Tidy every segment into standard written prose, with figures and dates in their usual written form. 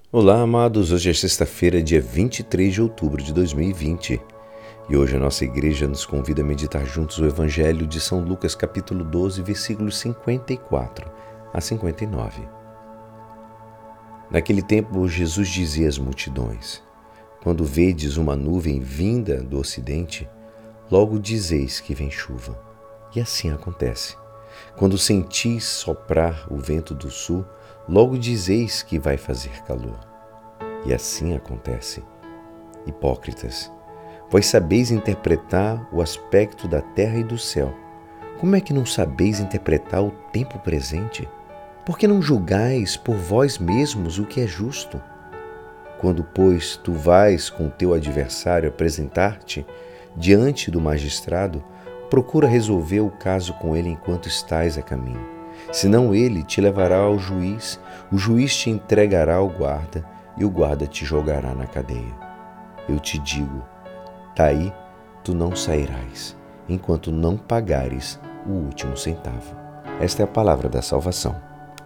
Olá, amados. Hoje é sexta-feira, dia 23 de outubro de 2020. E hoje a nossa igreja nos convida a meditar juntos o Evangelho de São Lucas, capítulo 12, versículos 54 a 59. Naquele tempo, Jesus dizia às multidões: Quando vedes uma nuvem vinda do ocidente, logo dizeis que vem chuva. E assim acontece. Quando sentis soprar o vento do sul, logo dizeis que vai fazer calor. E assim acontece. Hipócritas, vós sabeis interpretar o aspecto da terra e do céu. Como é que não sabeis interpretar o tempo presente? Por que não julgais por vós mesmos o que é justo? Quando, pois, tu vais com teu adversário apresentar-te diante do magistrado, procura resolver o caso com ele enquanto estás a caminho. Senão ele te levará ao juiz, o juiz te entregará ao guarda e o guarda te jogará na cadeia. Eu te digo, daí tu não sairás, enquanto não pagares o último centavo. Esta é a palavra da salvação.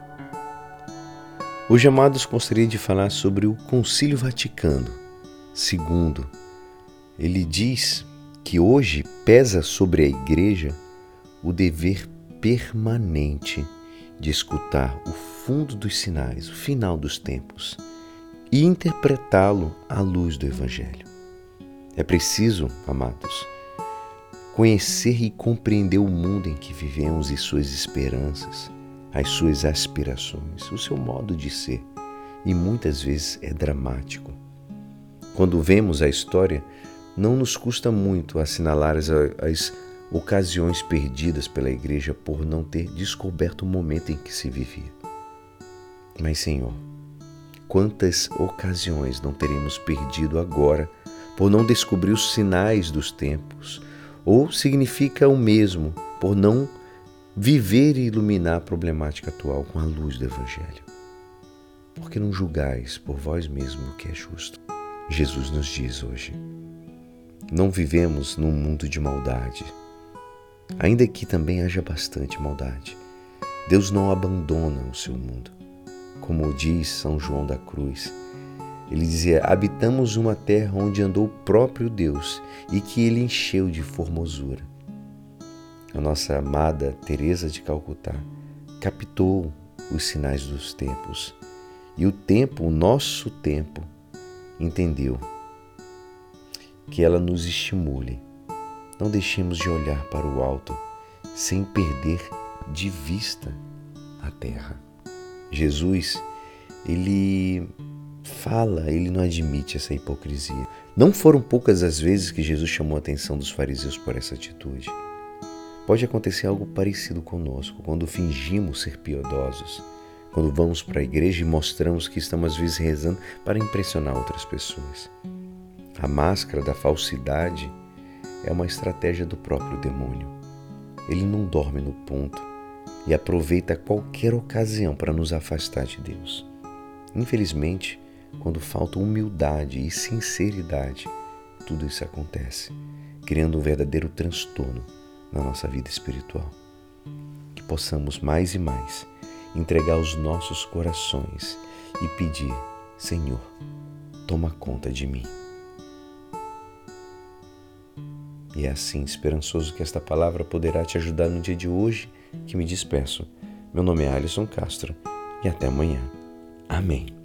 Hoje, amados, gostaria de falar sobre o Concílio Vaticano II. Ele diz que hoje pesa sobre a Igreja o dever permanente de escutar o fundo dos sinais, o final dos tempos, e interpretá-lo à luz do Evangelho. É preciso, amados, conhecer e compreender o mundo em que vivemos e suas esperanças, as suas aspirações, o seu modo de ser, e muitas vezes é dramático. Quando vemos a história, não nos custa muito assinalar as ocasiões perdidas pela Igreja por não ter descoberto o momento em que se vivia. Mas, Senhor, quantas ocasiões não teremos perdido agora por não descobrir os sinais dos tempos? Ou significa o mesmo por não viver e iluminar a problemática atual com a luz do Evangelho? Por que não julgais por vós mesmos o que é justo? Jesus nos diz hoje: não vivemos num mundo de maldade, ainda que também haja bastante maldade. Deus não abandona o seu mundo. Como diz São João da Cruz, ele dizia: habitamos uma terra onde andou o próprio Deus e que ele encheu de formosura. A nossa amada Teresa de Calcutá captou os sinais dos tempos, e o tempo, o nosso tempo, entendeu que ela nos estimule. Não deixemos de olhar para o alto sem perder de vista a terra. Jesus, ele fala, ele não admite essa hipocrisia. Não foram poucas as vezes que Jesus chamou a atenção dos fariseus por essa atitude. Pode acontecer algo parecido conosco, quando fingimos ser piedosos, quando vamos para a igreja e mostramos que estamos às vezes rezando para impressionar outras pessoas. A máscara da falsidade é uma estratégia do próprio demônio. Ele não dorme no ponto e aproveita qualquer ocasião para nos afastar de Deus. Infelizmente, quando falta humildade e sinceridade, tudo isso acontece, criando um verdadeiro transtorno na nossa vida espiritual. Que possamos mais e mais entregar os nossos corações e pedir: Senhor, toma conta de mim. E é assim, esperançoso que esta palavra poderá te ajudar no dia de hoje, que me despeço. Meu nome é Alisson Castro e até amanhã. Amém.